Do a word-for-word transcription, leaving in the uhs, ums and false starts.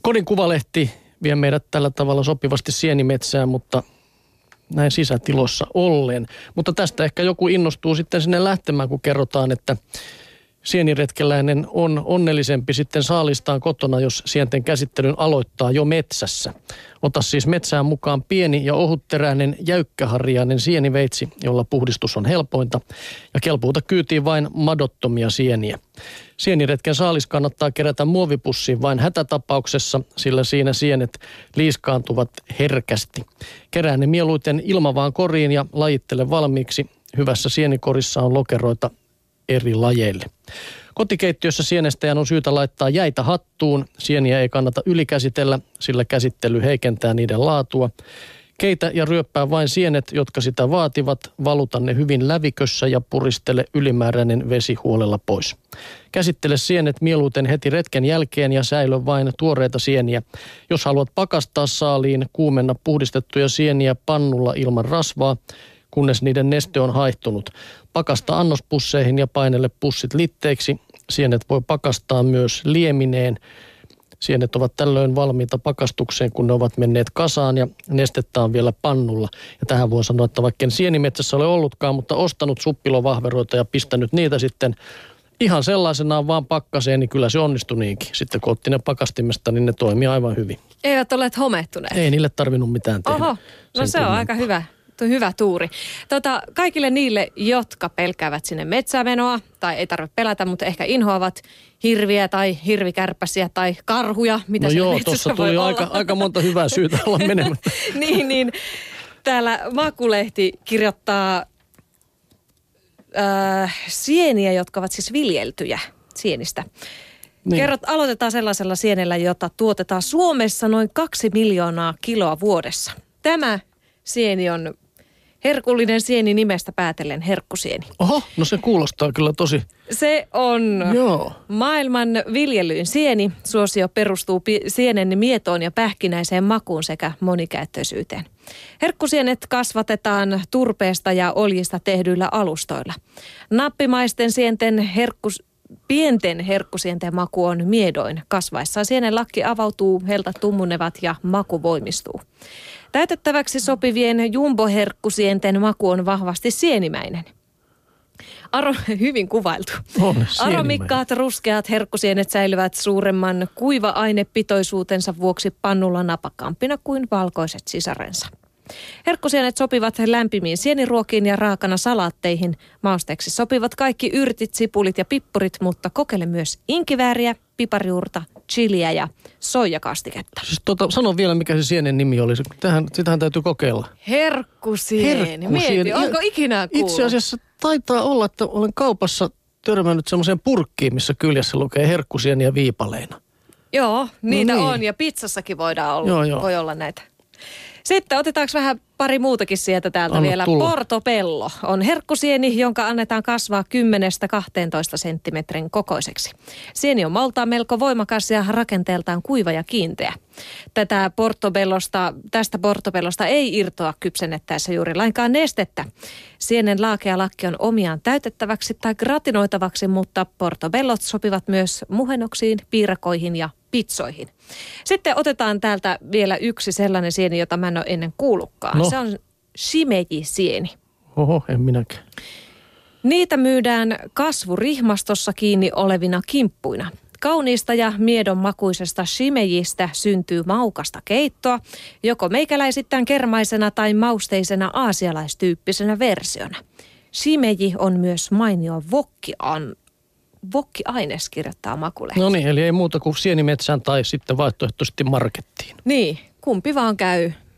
Kodin Kuvalehti vie meidät tällä tavalla sopivasti sienimetsään, mutta näin sisätilossa ollen. Mutta tästä ehkä joku innostuu sitten sinne lähtemään, kun kerrotaan, että sieniretkeläinen on onnellisempi sitten saalistaan kotona, jos sienten käsittelyn aloittaa jo metsässä. Ota siis metsään mukaan pieni ja ohutteräinen jäykkäharjainen sieniveitsi, jolla puhdistus on helpointa, ja kelpuuta kyytiin vain madottomia sieniä. Sieniretken saalis kannattaa kerätä muovipussiin vain hätätapauksessa, sillä siinä sienet liiskaantuvat herkästi. Kerää ne mieluiten ilmavaan koriin ja lajittele valmiiksi. Hyvässä sienikorissa on lokeroita eri lajeille. Kotikeittiössä sienestäjän on syytä laittaa jäitä hattuun. Sieniä ei kannata ylikäsitellä, sillä käsittely heikentää niiden laatua. Keitä ja ryöppää vain sienet, jotka sitä vaativat. Valuta ne hyvin lävikössä ja puristele ylimääräinen vesi huolella pois. Käsittele sienet mieluiten heti retken jälkeen ja säilö vain tuoreita sieniä. Jos haluat pakastaa saaliin, kuumenna puhdistettuja sieniä pannulla ilman rasvaa, kunnes niiden neste on haihtunut. Pakasta annospusseihin ja painelle pussit litteiksi. Sienet voi pakastaa myös liemineen. Sienet ovat tällöin valmiita pakastukseen, kun ne ovat menneet kasaan ja nestettä on vielä pannulla. Ja tähän voi sanoa, että vaikka en sienimetsässä ole ollutkaan, mutta ostanut suppilovahveroita ja pistänyt niitä sitten ihan sellaisenaan vaan pakkaseen, niin kyllä se onnistui niinkin. Sitten kun otti ne pakastimesta, niin ne toimii aivan hyvin. Eivät olleet homehtuneet? Ei niille tarvinnut mitään tehdä. Oho, no se on aika hyvä. Hyvä tuuri. Tota, kaikille niille, jotka pelkäävät sinne metsämenoa, tai ei tarvitse pelätä, mutta ehkä inhoavat hirviä tai hirvikärpäsiä tai karhuja, mitä no siellä joo, metsässä tuossa tuli voi aika, olla. aika monta hyvää syytä olla menemättä. niin, niin. Täällä Makulehti kirjoittaa äh, sieniä, jotka ovat siis viljeltyjä sienistä. Niin. Kerrot, aloitetaan sellaisella sienellä, jota tuotetaan Suomessa noin kaksi miljoonaa kiloa vuodessa. Tämä sieni on herkullinen sieni nimestä päätellen herkkusieni. Oho, no se kuulostaa kyllä tosi. Se on Joo. maailman viljelyyn sieni. Suosio perustuu pi- sienen mietoon ja pähkinäiseen makuun sekä monikäyttöisyyteen. Herkkusienet kasvatetaan turpeesta ja oljista tehdyillä alustoilla. Nappimaisten sienten herkkus... Pienten herkkusienten maku on miedoin. Kasvaessaan sienen lakki avautuu, heltat tummunevat ja maku voimistuu. Täytettäväksi sopivien jumboherkkusienten maku on vahvasti sienimäinen. Aro, hyvin kuvailtu. On, Aromikkaat, ruskeat herkkusienet säilyvät suuremman kuiva-ainepitoisuutensa vuoksi pannulla napakampina kuin valkoiset sisarensa. Herkkusienet sopivat lämpimiin sieniruokiin ja raakana salaatteihin. Mausteeksi sopivat kaikki yrtit, sipulit ja pippurit, mutta kokeile myös inkivääriä, piparjuurta, chiliä ja soijakastiketta. Siis tota, sano vielä, mikä se sienen nimi oli. Tähän, sitähän täytyy kokeilla. Herkkusieni. Herkkusieni. Mieti, onko ikinä kuullut? Itse asiassa taitaa olla, että olen kaupassa törmännyt semmoiseen purkkiin, missä kyljessä lukee herkkusieniä viipaleina. Joo, niitä no niin. on ja pizzassakin voidaan olla, joo, joo. voi olla näitä. Sitten otetaanko vähän pari muutakin sieltä täältä Anna vielä. tulla. Portobello on herkkusieni, jonka annetaan kasvaa kymmenestä kahteentoista senttimetrin kokoiseksi. Sieni on maultaan melko voimakas ja rakenteeltaan kuiva ja kiinteä. Tätä portobellosta, tästä portobellosta ei irtoa kypsennettäessä juuri lainkaan nestettä. Sienen laakea lakki on omiaan täytettäväksi tai gratinoitavaksi, mutta portobellot sopivat myös muhennoksiin, piirakoihin ja pitsoihin. Sitten otetaan täältä vielä yksi sellainen sieni, jota mä en ole ennen kuullutkaan. No. Se on shimeji-sieni. Oho, en minäkään. Niitä myydään kasvurihmastossa kiinni olevina kimppuina. Kauniista ja miedon makuisesta shimejistä syntyy maukasta keittoa, joko meikäläisittäin kermaisena tai mausteisena aasialaistyyppisenä versiona. Shimeji on myös mainio vokkian. Vokki-aines, kirjoittaa Makulehti. No niin, eli ei muuta kuin sienimetsään tai sitten vaihtoehtoisesti markettiin. Niin, kumpi vaan käy.